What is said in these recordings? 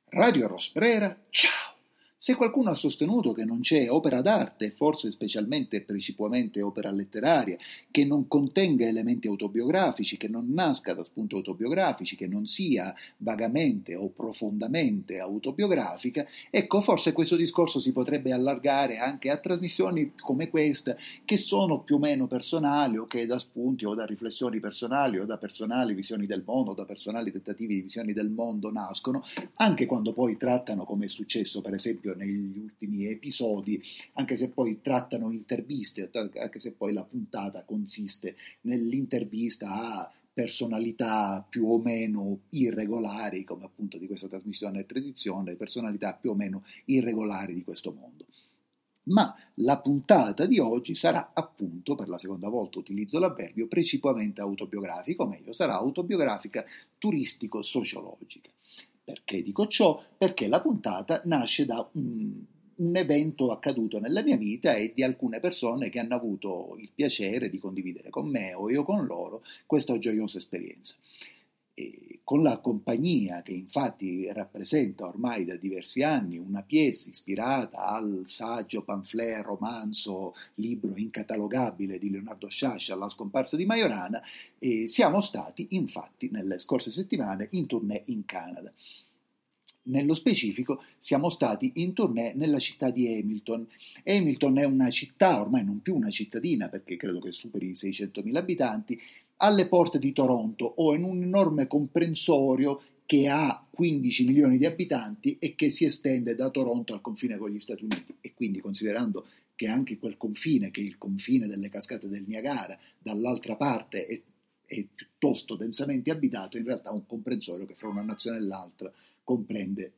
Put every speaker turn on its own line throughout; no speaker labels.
Radio Rosprera, ciao! Se qualcuno ha sostenuto che non c'è opera d'arte, forse specialmente e precipuamente opera letteraria, che non contenga elementi autobiografici, che non nasca da spunti autobiografici, che non sia vagamente o profondamente autobiografica, ecco, forse questo discorso si potrebbe allargare anche a trasmissioni come questa, che sono più o meno personali o che da spunti o da riflessioni personali o da personali visioni del mondo, o da personali tentativi di visioni del mondo nascono, anche quando poi trattano, come è successo per esempio negli ultimi episodi, anche se poi trattano interviste, anche se poi la puntata consiste nell'intervista a personalità più o meno irregolari, come appunto di questa trasmissione tradizione, personalità più o meno irregolari di questo mondo. Ma la puntata di oggi sarà appunto, per la seconda volta utilizzo l'avverbio, precipuamente autobiografica, o meglio, sarà autobiografica turistico-sociologica. Perché dico ciò? Perché la puntata nasce da un evento accaduto nella mia vita e di alcune persone che hanno avuto il piacere di condividere con me o io con loro questa gioiosa esperienza. E con la compagnia che infatti rappresenta ormai da diversi anni una pièce ispirata al saggio, pamphlet, romanzo, libro incatalogabile di Leonardo Sciascia, La scomparsa di Majorana, siamo stati infatti nelle scorse settimane in tournée in Canada. Nello specifico siamo stati in tournée nella città di Hamilton. Hamilton è una città, ormai non più una cittadina perché credo che superi i 600.000 abitanti, alle porte di Toronto o in un enorme comprensorio che ha 15 milioni di abitanti e che si estende da Toronto al confine con gli Stati Uniti. E quindi, considerando che anche quel confine, che è il confine delle cascate del Niagara, dall'altra parte è piuttosto densamente abitato, in realtà è un comprensorio che fra una nazione e l'altra comprende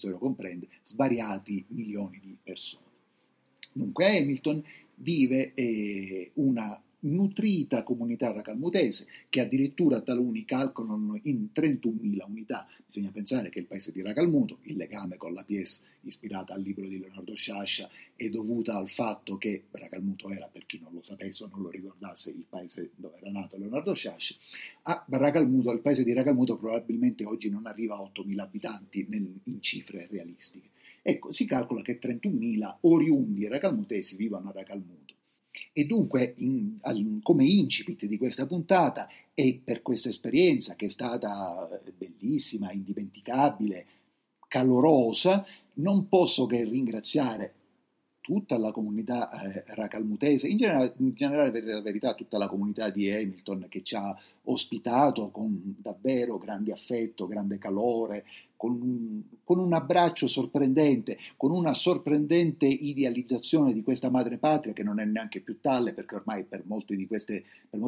svariati milioni di persone. Dunque a Hamilton vive una nutrita comunità racalmutese che addirittura taluni calcolano in 31.000 unità. Bisogna pensare che il paese di Racalmuto, il legame con la pièce ispirata al libro di Leonardo Sciascia, è dovuta al fatto che Racalmuto era, per chi non lo sapesse o non lo ricordasse, il paese dove era nato Leonardo Sciascia. Il paese di Racalmuto probabilmente oggi non arriva a 8.000 abitanti in cifre realistiche. Ecco, si calcola che 31.000 oriundi racalmutesi vivano a Racalmuto. E dunque, come incipit di questa puntata e per questa esperienza che è stata bellissima, indimenticabile, calorosa, non posso che ringraziare tutta la comunità racalmutese, in generale per la verità tutta la comunità di Hamilton che ci ha ospitato con davvero grande affetto, grande calore, con un abbraccio sorprendente, con una sorprendente idealizzazione di questa madre patria che non è neanche più tale, perché ormai per molte di queste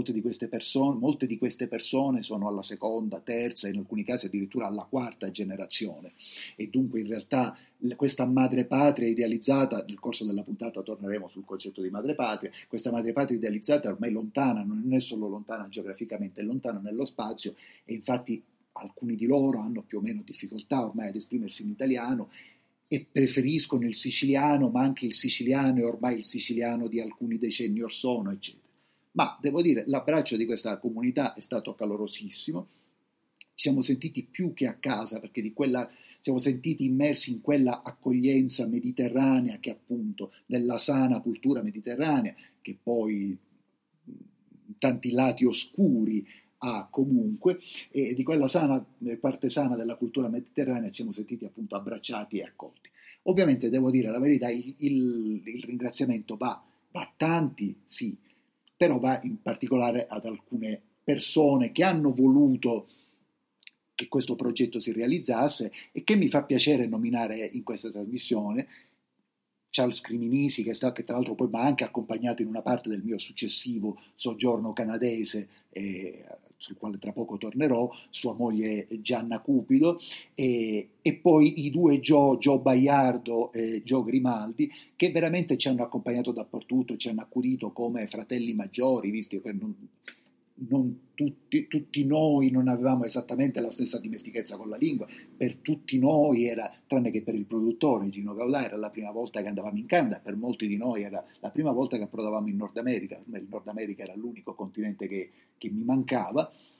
persone sono alla seconda, terza, in alcuni casi addirittura alla quarta generazione, e dunque in realtà questa madre patria idealizzata, nel corso della puntata torneremo sul concetto di madre patria, questa madre patria idealizzata è ormai lontana, non è solo lontana geograficamente, è lontana nello spazio, e infatti alcuni di loro hanno più o meno difficoltà ormai ad esprimersi in italiano e preferiscono il siciliano, ma anche il siciliano è ormai il siciliano di alcuni decenni or sono, eccetera. Ma devo dire, l'abbraccio di questa comunità è stato calorosissimo, ci siamo sentiti più che a casa, perché siamo sentiti immersi in quella accoglienza mediterranea che appunto della sana cultura mediterranea, che poi tanti lati oscuri ha comunque, e di quella parte sana della cultura mediterranea ci siamo sentiti appunto abbracciati e accolti. Ovviamente devo dire la verità, il ringraziamento va a tanti, sì, però va in particolare ad alcune persone che hanno voluto che questo progetto si realizzasse e che mi fa piacere nominare in questa trasmissione. Charles Criminisi, che tra l'altro poi mi ha anche accompagnato in una parte del mio successivo soggiorno canadese, sul quale tra poco tornerò, sua moglie Gianna Cupido, e poi i due Joe Baiardo e Joe Grimaldi, che veramente ci hanno accompagnato dappertutto, ci hanno accudito come fratelli maggiori, visto che non tutti noi non avevamo esattamente la stessa dimestichezza con la lingua, per tutti noi era, tranne che per il produttore Gino Gaudà, era la prima volta che andavamo in Canada, per molti di noi era la prima volta che approdavamo in Nord America. Il Nord America era l'unico continente che mi mancava,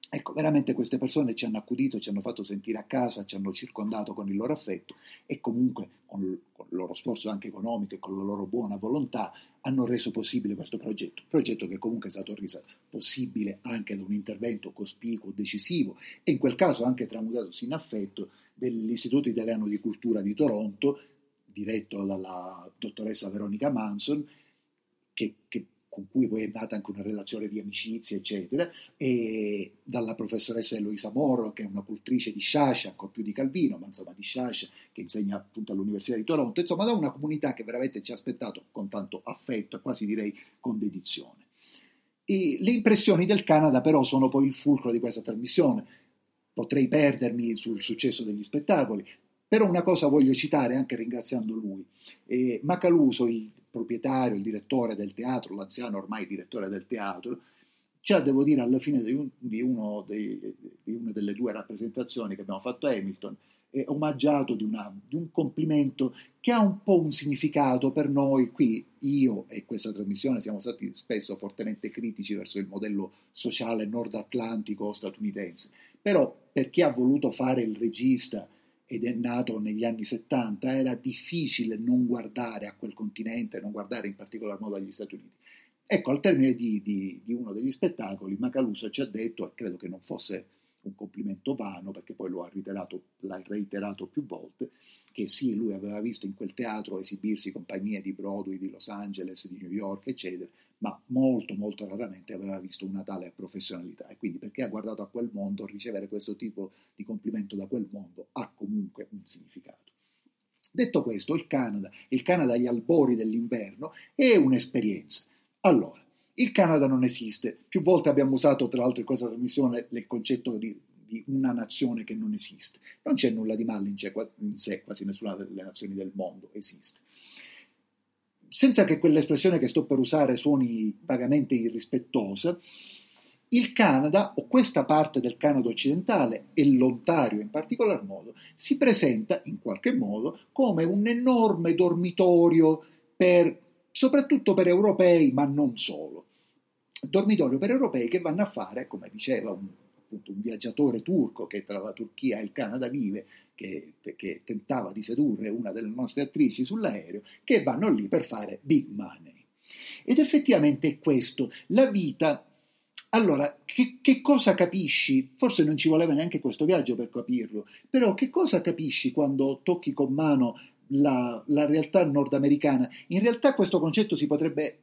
Ecco, veramente queste persone ci hanno accudito, ci hanno fatto sentire a casa, ci hanno circondato con il loro affetto e comunque con il loro sforzo anche economico e con la loro buona volontà hanno reso possibile questo progetto che comunque è stato reso possibile anche da un intervento cospicuo, decisivo e in quel caso anche tramutatosi in affetto dell'Istituto Italiano di Cultura di Toronto, diretto dalla dottoressa Veronica Manson, con cui poi è nata anche una relazione di amicizia, eccetera, e dalla professoressa Eloisa Morro, che è una cultrice di Sciascia, ancora più di Calvino, ma insomma di Sciascia, che insegna appunto all'Università di Toronto, insomma da una comunità che veramente ci ha aspettato con tanto affetto, quasi direi con dedizione. E le impressioni del Canada però sono poi il fulcro di questa trasmissione. Potrei perdermi sul successo degli spettacoli, però una cosa voglio citare anche ringraziando lui. Macaluso, il proprietario, il direttore del teatro, l'anziano ormai direttore del teatro, già devo dire alla fine di una delle due rappresentazioni che abbiamo fatto a Hamilton, è omaggiato di un complimento che ha un po' un significato per noi. Qui io e questa trasmissione siamo stati spesso fortemente critici verso il modello sociale nord-atlantico statunitense, però per chi ha voluto fare il regista ed è nato negli anni 70, era difficile non guardare a quel continente, non guardare in particolar modo agli Stati Uniti. Ecco, al termine di uno degli spettacoli, Macaluso ci ha detto, e credo che non fosse un complimento vano, perché poi l'ha reiterato più volte, che sì, lui aveva visto in quel teatro esibirsi compagnie di Broadway, di Los Angeles, di New York, eccetera, ma molto, molto raramente aveva visto una tale professionalità. E quindi perché ha guardato a quel mondo, ricevere questo tipo di complimento da quel mondo ha comunque un significato. Detto questo, il Canada agli albori dell'inverno, è un'esperienza. Allora, il Canada non esiste. Più volte abbiamo usato, tra l'altro in questa trasmissione, il concetto di una nazione che non esiste. Non c'è nulla di male in sé, quasi nessuna delle nazioni del mondo esiste. Senza che quell'espressione che sto per usare suoni vagamente irrispettosa, il Canada, o questa parte del Canada occidentale, e l'Ontario in particolar modo, si presenta in qualche modo come un enorme dormitorio soprattutto per europei, ma non solo. Dormitorio per europei che vanno a fare, come diceva un viaggiatore turco che tra la Turchia e il Canada vive, che tentava di sedurre una delle nostre attrici sull'aereo, che vanno lì per fare big money. Ed effettivamente è questo, la vita. Allora, che cosa capisci? Forse non ci voleva neanche questo viaggio per capirlo, però che cosa capisci quando tocchi con mano la realtà nordamericana? In realtà questo concetto si potrebbe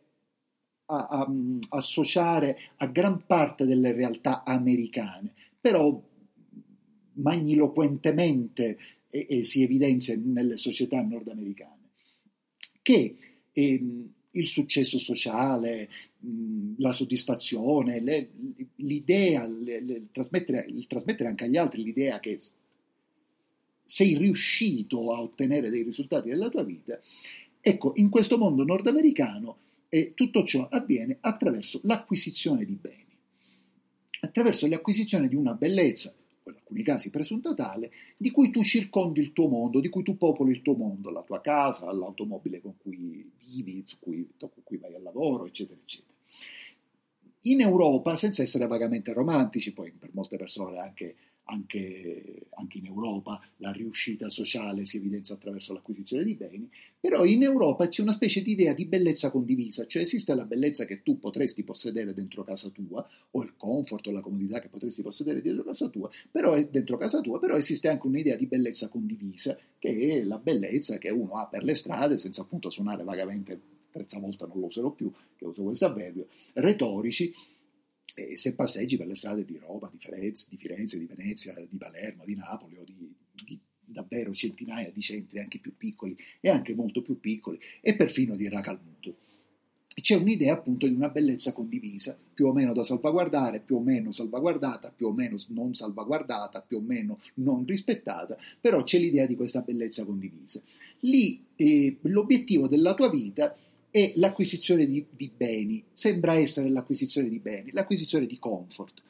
associare a gran parte delle realtà americane, però magniloquentemente si evidenzia nelle società nordamericane, che il successo sociale, la soddisfazione, l'idea, il trasmettere anche agli altri l'idea che sei riuscito a ottenere dei risultati nella tua vita, ecco, in questo mondo nordamericano tutto ciò avviene attraverso l'acquisizione di beni, attraverso l'acquisizione di una bellezza, o in alcuni casi presunta tale, di cui tu circondi il tuo mondo, di cui tu popoli il tuo mondo, la tua casa, l'automobile con cui vivi, con cui vai al lavoro, eccetera, eccetera. In Europa, senza essere vagamente romantici, poi per molte persone anche in Europa la riuscita sociale si evidenzia attraverso l'acquisizione di beni, però in Europa c'è una specie di idea di bellezza condivisa, cioè esiste la bellezza che tu potresti possedere dentro casa tua, o il comfort o la comodità che potresti possedere dentro casa tua, però esiste anche un'idea di bellezza condivisa, che è la bellezza che uno ha per le strade, senza appunto suonare vagamente, terza volta non lo userò più, che uso questo avverbio, retorici. E se passeggi per le strade di Roma, di Firenze, di Venezia, di Palermo, di Napoli o di davvero centinaia di centri anche più piccoli e anche molto più piccoli e perfino di Racalmuto, c'è un'idea appunto di una bellezza condivisa, più o meno da salvaguardare, più o meno salvaguardata, più o meno non salvaguardata, più o meno non rispettata, però c'è l'idea di questa bellezza condivisa. Lì l'obiettivo della tua vita è l'acquisizione di beni, sembra essere l'acquisizione di beni, l'acquisizione di comfort.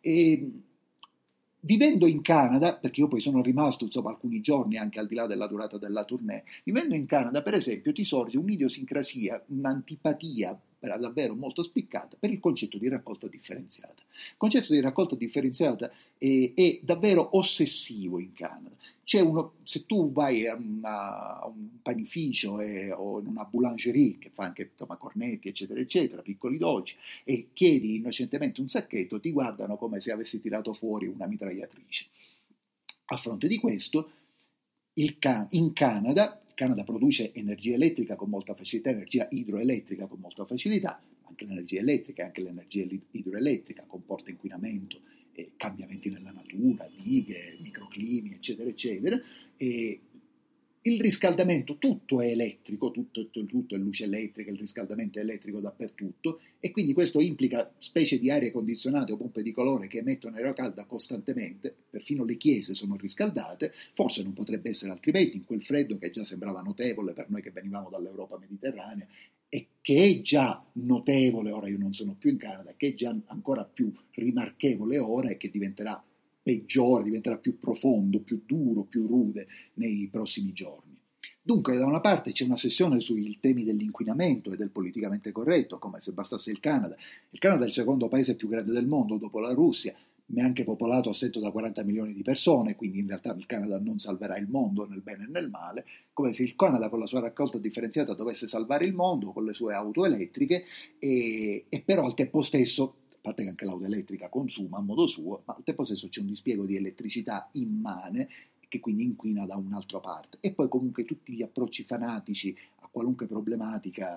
Vivendo in Canada, perché io poi sono rimasto alcuni giorni anche al di là della durata della tournée, vivendo in Canada per esempio ti sorge un'idiosincrasia, un'antipatia un'opera davvero molto spiccata per il concetto di raccolta differenziata. Il concetto di raccolta differenziata è davvero ossessivo in Canada. Se tu vai a un panificio o in una boulangerie che fa anche insomma, cornetti, eccetera, eccetera, piccoli dolci, e chiedi innocentemente un sacchetto, ti guardano come se avessi tirato fuori una mitragliatrice. A fronte di questo, il Canada produce energia elettrica con molta facilità, energia idroelettrica con molta facilità, anche l'energia elettrica, anche l'energia idroelettrica comporta inquinamento, cambiamenti nella natura, dighe, microclimi, eccetera, eccetera. E il riscaldamento, tutto è elettrico, tutto è luce elettrica, il riscaldamento è elettrico dappertutto, e quindi questo implica specie di arie condizionate o pompe di calore che emettono aria calda costantemente, perfino le chiese sono riscaldate, forse non potrebbe essere altrimenti in quel freddo che già sembrava notevole per noi che venivamo dall'Europa mediterranea e che è già notevole, ora io non sono più in Canada, che è già ancora più rimarchevole ora e che diventerà peggiore, diventerà più profondo, più duro, più rude nei prossimi giorni. Dunque, da una parte c'è una sessione sui temi dell'inquinamento e del politicamente corretto, come se bastasse il Canada. Il Canada è il secondo paese più grande del mondo dopo la Russia, neanche popolato a stento da 40 milioni di persone, quindi in realtà il Canada non salverà il mondo nel bene e nel male, come se il Canada con la sua raccolta differenziata dovesse salvare il mondo con le sue auto elettriche e però al tempo stesso, a parte che anche l'auto elettrica consuma a modo suo, ma al tempo stesso c'è un dispiego di elettricità immane che quindi inquina da un'altra parte. E poi comunque tutti gli approcci fanatici a qualunque problematica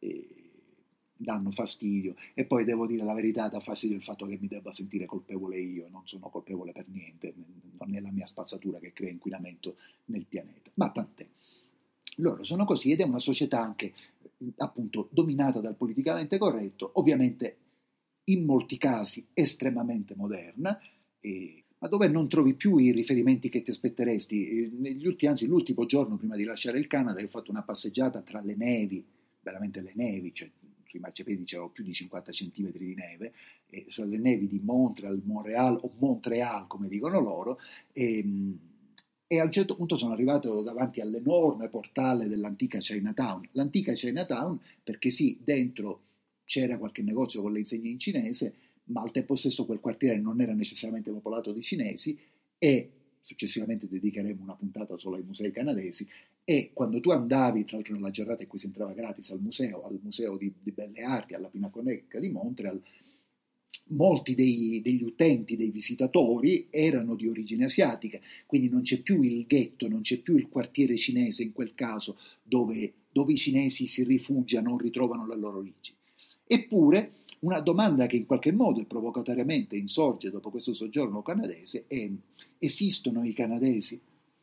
danno fastidio. E poi devo dire la verità, dà fastidio il fatto che mi debba sentire colpevole io, non sono colpevole per niente, non è la mia spazzatura che crea inquinamento nel pianeta. Ma tant'è. Loro sono così ed è una società anche appunto dominata dal politicamente corretto, ovviamente in molti casi estremamente moderna, ma dove non trovi più i riferimenti che ti aspetteresti. Anzi, l'ultimo giorno prima di lasciare il Canada ho fatto una passeggiata tra le nevi, veramente le nevi, cioè sui marciapiedi c'erano più di 50 centimetri di neve, sono le nevi di Montreal, Montreal o Montreal come dicono loro, e a un certo punto sono arrivato davanti all'enorme portale dell'antica Chinatown. L'antica Chinatown perché sì, dentro c'era qualche negozio con le insegne in cinese, ma al tempo stesso quel quartiere non era necessariamente popolato di cinesi e successivamente dedicheremo una puntata solo ai musei canadesi e quando tu andavi, tra l'altro nella giornata in cui si entrava gratis al museo di Belle Arti, alla Pinacoteca di Montreal, molti degli utenti, dei visitatori erano di origine asiatica, quindi non c'è più il ghetto, non c'è più il quartiere cinese in quel caso dove i cinesi si rifugiano o ritrovano le loro origini. Eppure, una domanda che in qualche modo e provocatoriamente insorge dopo questo soggiorno canadese è: esistono i canadesi?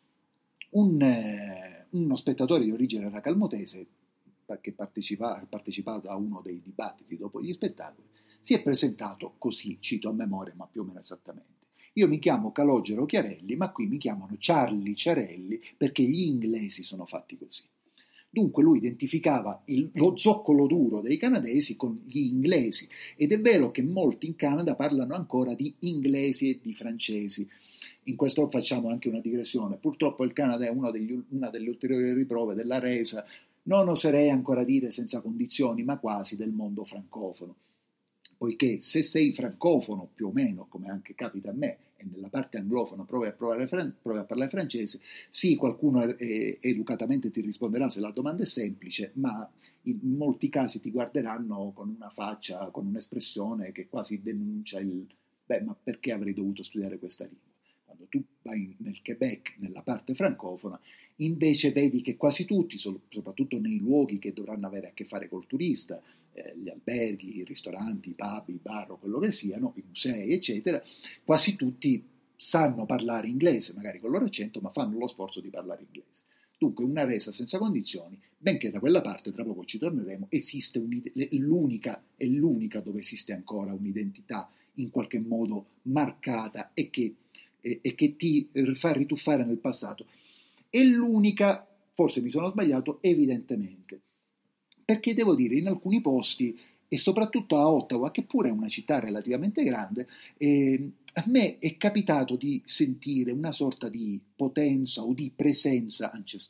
Uno spettatore di origine racalmotese che ha partecipato a uno dei dibattiti dopo gli spettacoli si è presentato così, cito a memoria ma più o meno esattamente: io mi chiamo Calogero Chiarelli, ma qui mi chiamano Charlie Ciarelli perché gli inglesi sono fatti così. Dunque lui identificava lo zoccolo duro dei canadesi con gli inglesi ed è vero che molti in Canada parlano ancora di inglesi e di francesi. In questo facciamo anche una digressione. Purtroppo il Canada è una delle ulteriori riprove della resa, non oserei ancora dire senza condizioni, ma quasi del mondo francofono. Poiché se sei francofono, più o meno, come anche capita a me, e nella parte anglofona provi a parlare francese, sì, qualcuno educatamente ti risponderà se la domanda è semplice, ma in molti casi ti guarderanno con una faccia, con un'espressione che quasi denuncia ma perché avrei dovuto studiare questa lingua? Quando tu vai nel Quebec, nella parte francofona, invece vedi che quasi tutti, soprattutto nei luoghi che dovranno avere a che fare col turista, gli alberghi, i ristoranti, i pub, i bar o quello che siano, i musei, eccetera, quasi tutti sanno parlare inglese, magari con il loro accento, ma fanno lo sforzo di parlare inglese. Dunque una resa senza condizioni, benché da quella parte, tra poco ci torneremo, esiste è l'unica dove esiste ancora un'identità in qualche modo marcata e che ti fa rituffare nel passato. È l'unica, forse mi sono sbagliato, evidentemente, perché devo dire in alcuni posti e soprattutto a Ottawa, che pure è una città relativamente grande, a me è capitato di sentire una sorta di potenza o di presenza ancestrale.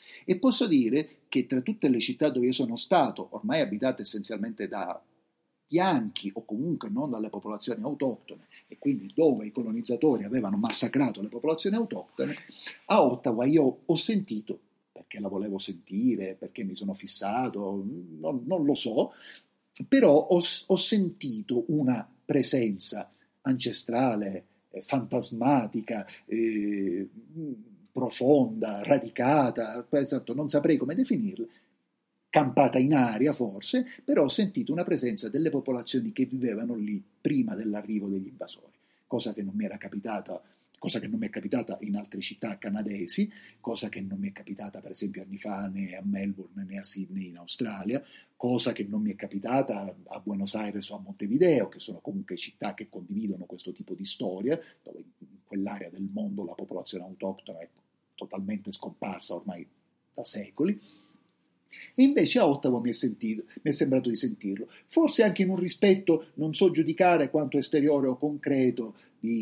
E posso dire che tra tutte le città dove io sono stato, ormai abitate essenzialmente da bianchi o comunque non dalle popolazioni autoctone, e quindi dove i colonizzatori avevano massacrato le popolazioni autoctone, a Ottawa io ho sentito, perché la volevo sentire, perché mi sono fissato, non lo so, però ho sentito una presenza ancestrale, fantasmatica, profonda, radicata, esatto, non saprei come definirla, campata in aria forse, però ho sentito una presenza delle popolazioni che vivevano lì prima dell'arrivo degli invasori, cosa che non mi era capitata, cosa che non mi è capitata in altre città canadesi, cosa che non mi è capitata per esempio anni fa né a Melbourne né a Sydney in Australia, cosa che non mi è capitata a Buenos Aires o a Montevideo, che sono comunque città che condividono questo tipo di storia, dove in quell'area del mondo la popolazione autoctona è totalmente scomparsa ormai da secoli. E invece a Ottawa mi è sembrato di sentirlo, forse anche in un rispetto, non so giudicare quanto esteriore o concreto,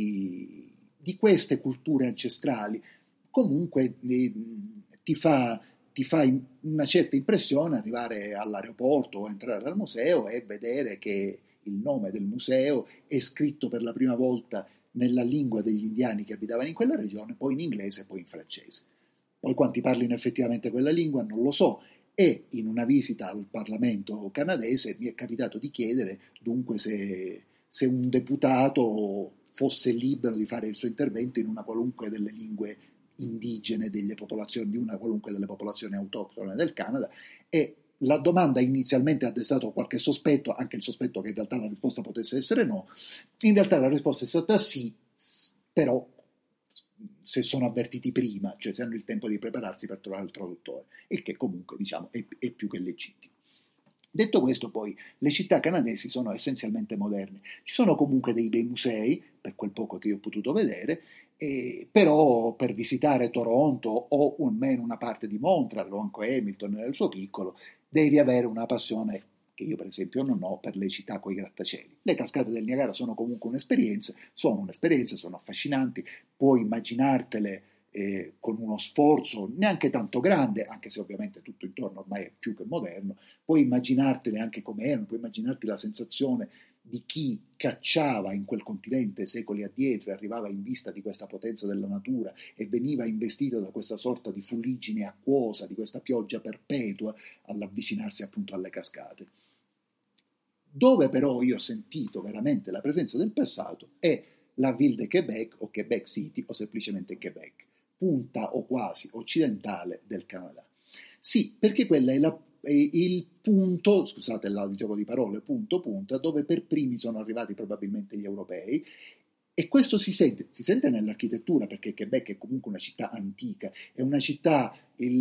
di queste culture ancestrali. Comunque ti fa una certa impressione arrivare all'aeroporto o entrare al museo e vedere che il nome del museo è scritto per la prima volta nella lingua degli indiani che abitavano in quella regione, poi in inglese e poi in francese. Poi quanti parlino effettivamente quella lingua non lo so. E in una visita al Parlamento canadese mi è capitato di chiedere dunque se un deputato fosse libero di fare il suo intervento in una qualunque delle lingue indigene delle popolazioni, di una qualunque delle popolazioni autoctone del Canada, e la domanda inizialmente ha destato qualche sospetto, anche il sospetto che in realtà la risposta potesse essere no. In realtà la risposta è stata sì, però se sono avvertiti prima, cioè se hanno il tempo di prepararsi per trovare il traduttore, il che comunque diciamo è più che legittimo. Detto questo, poi, le città canadesi sono essenzialmente moderne. Ci sono comunque dei bei musei, per quel poco che io ho potuto vedere, però per visitare Toronto o almeno una parte di Montreal o anche Hamilton nel suo piccolo, devi avere una passione che io per esempio non ho per le città coi grattacieli. Le cascate del Niagara sono comunque un'esperienza, sono affascinanti, puoi immaginartele con uno sforzo neanche tanto grande, anche se ovviamente tutto intorno ormai è più che moderno, puoi immaginartele anche come erano, puoi immaginarti la sensazione di chi cacciava in quel continente secoli addietro e arrivava in vista di questa potenza della natura e veniva investito da questa sorta di fuliggine acquosa, di questa pioggia perpetua all'avvicinarsi appunto alle cascate. Dove però io ho sentito veramente la presenza del passato è la Ville de Québec o Québec City o semplicemente Québec, punta o quasi occidentale del Canada. Sì, perché quella è il punto, scusate il gioco di parole, punta, dove per primi sono arrivati probabilmente gli europei, e questo si sente nell'architettura, perché Québec è comunque una città antica, è una città,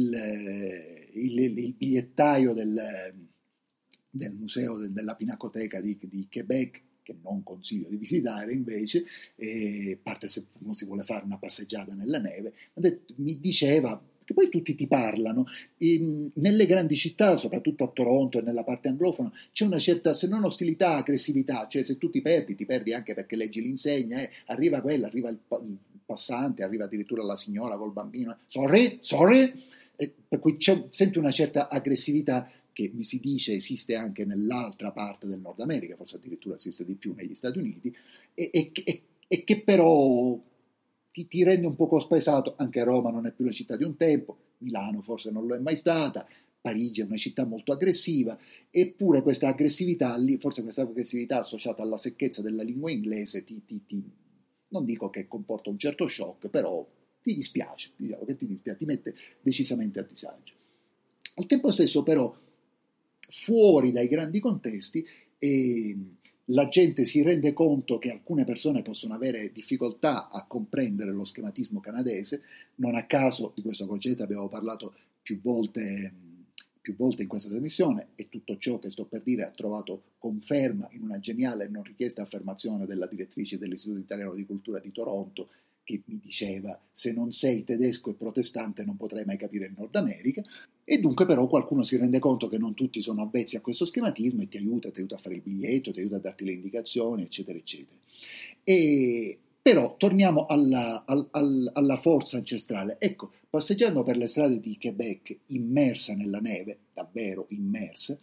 il bigliettaio del museo della Pinacoteca di Québec, che non consiglio di visitare invece, parte se uno si vuole fare una passeggiata nella neve, mi diceva, che poi tutti ti parlano, nelle grandi città, soprattutto a Toronto e nella parte anglofona, c'è una certa, se non ostilità, aggressività, cioè se tu ti perdi anche perché leggi l'insegna, arriva quella, arriva il passante, arriva addirittura la signora col bambino, sorry, per cui sento una certa aggressività che mi si dice esiste anche nell'altra parte del Nord America, forse addirittura esiste di più negli Stati Uniti, e che però ti rende un poco spaesato. Anche Roma non è più la città di un tempo, Milano forse non lo è mai stata, Parigi è una città molto aggressiva, eppure questa aggressività lì, forse questa aggressività associata alla secchezza della lingua inglese, non dico che comporta un certo shock, però ti dispiace, diciamo che ti mette decisamente a disagio. Al tempo stesso però, fuori dai grandi contesti, la gente si rende conto che alcune persone possono avere difficoltà a comprendere lo schematismo canadese. Non a caso di questo concetto abbiamo parlato più volte in questa trasmissione, e tutto ciò che sto per dire ha trovato conferma in una geniale e non richiesta affermazione della direttrice dell'Istituto Italiano di Cultura di Toronto, che mi diceva: se non sei tedesco e protestante non potrai mai capire il Nord America. E dunque però qualcuno si rende conto che non tutti sono avvezzi a questo schematismo e ti aiuta a fare il biglietto, ti aiuta a darti le indicazioni, eccetera eccetera. E Però torniamo alla forza ancestrale. Ecco, passeggiando per le strade di Quebec, immersa nella neve, davvero immerse,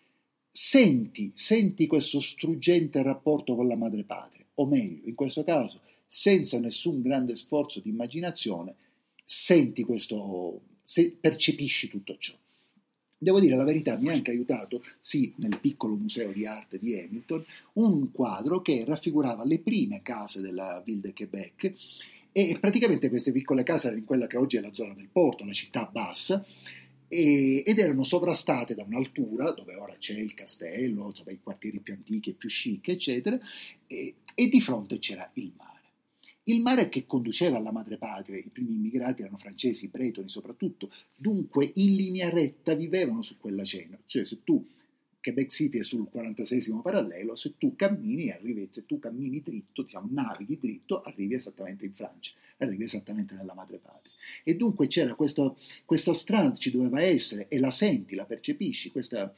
senti questo struggente rapporto con la madrepatria, o meglio, in questo caso, senza nessun grande sforzo di immaginazione, senti questo, percepisci tutto ciò. Devo dire la verità, mi ha anche aiutato, sì, nel piccolo museo di arte di Hamilton, un quadro che raffigurava le prime case della ville de Québec, e praticamente queste piccole case erano in quella che oggi è la zona del porto, la città bassa, ed erano sovrastate da un'altura, dove ora c'è il castello, insomma, i quartieri più antichi e più chic, eccetera, e di fronte c'era il mare. Il mare che conduceva alla madrepatria, i primi immigrati erano francesi, bretoni soprattutto, dunque in linea retta vivevano su quella cena, cioè se tu, Quebec City è sul 46esimo parallelo, se tu cammini, se tu cammini dritto, diciamo, navighi dritto, arrivi esattamente in Francia, arrivi esattamente nella madrepatria. E dunque c'era questa strada, ci doveva essere, e la senti, la percepisci,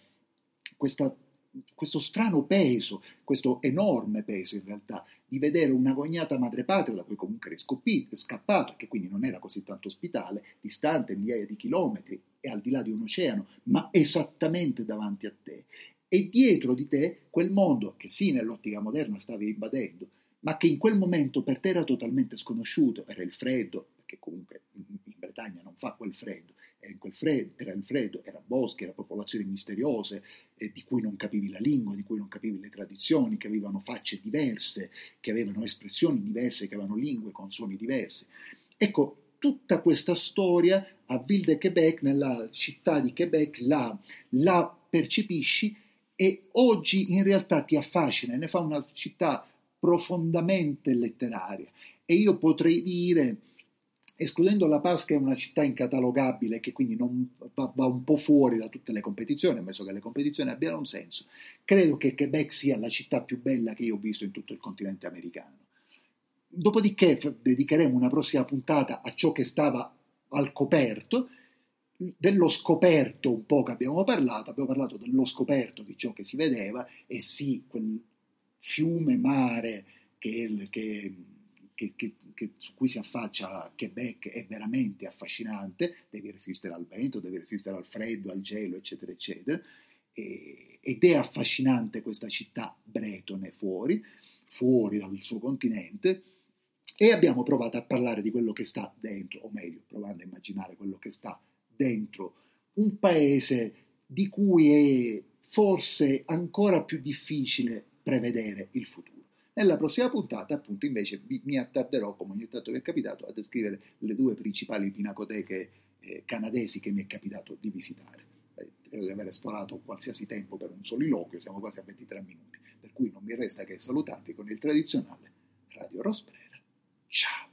questo strano peso, questo enorme peso in realtà, di vedere una agognata madrepatria da cui comunque eri scappato, che quindi non era così tanto ospitale, distante migliaia di chilometri e al di là di un oceano, ma esattamente davanti a te. E dietro di te quel mondo che sì, nell'ottica moderna stavi invadendo, ma che in quel momento per te era totalmente sconosciuto, era il freddo, perché comunque in Bretagna non fa quel freddo, era il freddo, era boschi, era popolazioni misteriose, di cui non capivi la lingua, di cui non capivi le tradizioni, che avevano facce diverse, che avevano espressioni diverse, che avevano lingue con suoni diversi. Ecco, tutta questa storia a Ville de Québec, nella città di Quebec, la percepisci e oggi in realtà ti affascina e ne fa una città profondamente letteraria. E io potrei dire, escludendo La Paz, che è una città incatalogabile, che quindi va un po' fuori da tutte le competizioni, ammesso che le competizioni abbiano un senso, credo che Quebec sia la città più bella che io ho visto in tutto il continente americano. Dopodiché dedicheremo una prossima puntata a ciò che stava al coperto, dello scoperto un po' che abbiamo parlato dello scoperto di ciò che si vedeva, e sì, quel fiume, mare su cui si affaccia Quebec è veramente affascinante, devi resistere al vento, devi resistere al freddo, al gelo, eccetera, eccetera, ed è affascinante questa città bretone fuori dal suo continente, e abbiamo provato a parlare di quello che sta dentro, o meglio, provando a immaginare quello che sta dentro un paese di cui è forse ancora più difficile prevedere il futuro. Nella prossima puntata, appunto, invece mi attarderò, come ogni tanto vi è capitato, a descrivere le due principali pinacoteche canadesi che mi è capitato di visitare. Credo di aver esplorato qualsiasi tempo per un soliloquio, siamo quasi a 23 minuti, per cui non mi resta che salutarvi con il tradizionale Radio Rosbrera. Ciao!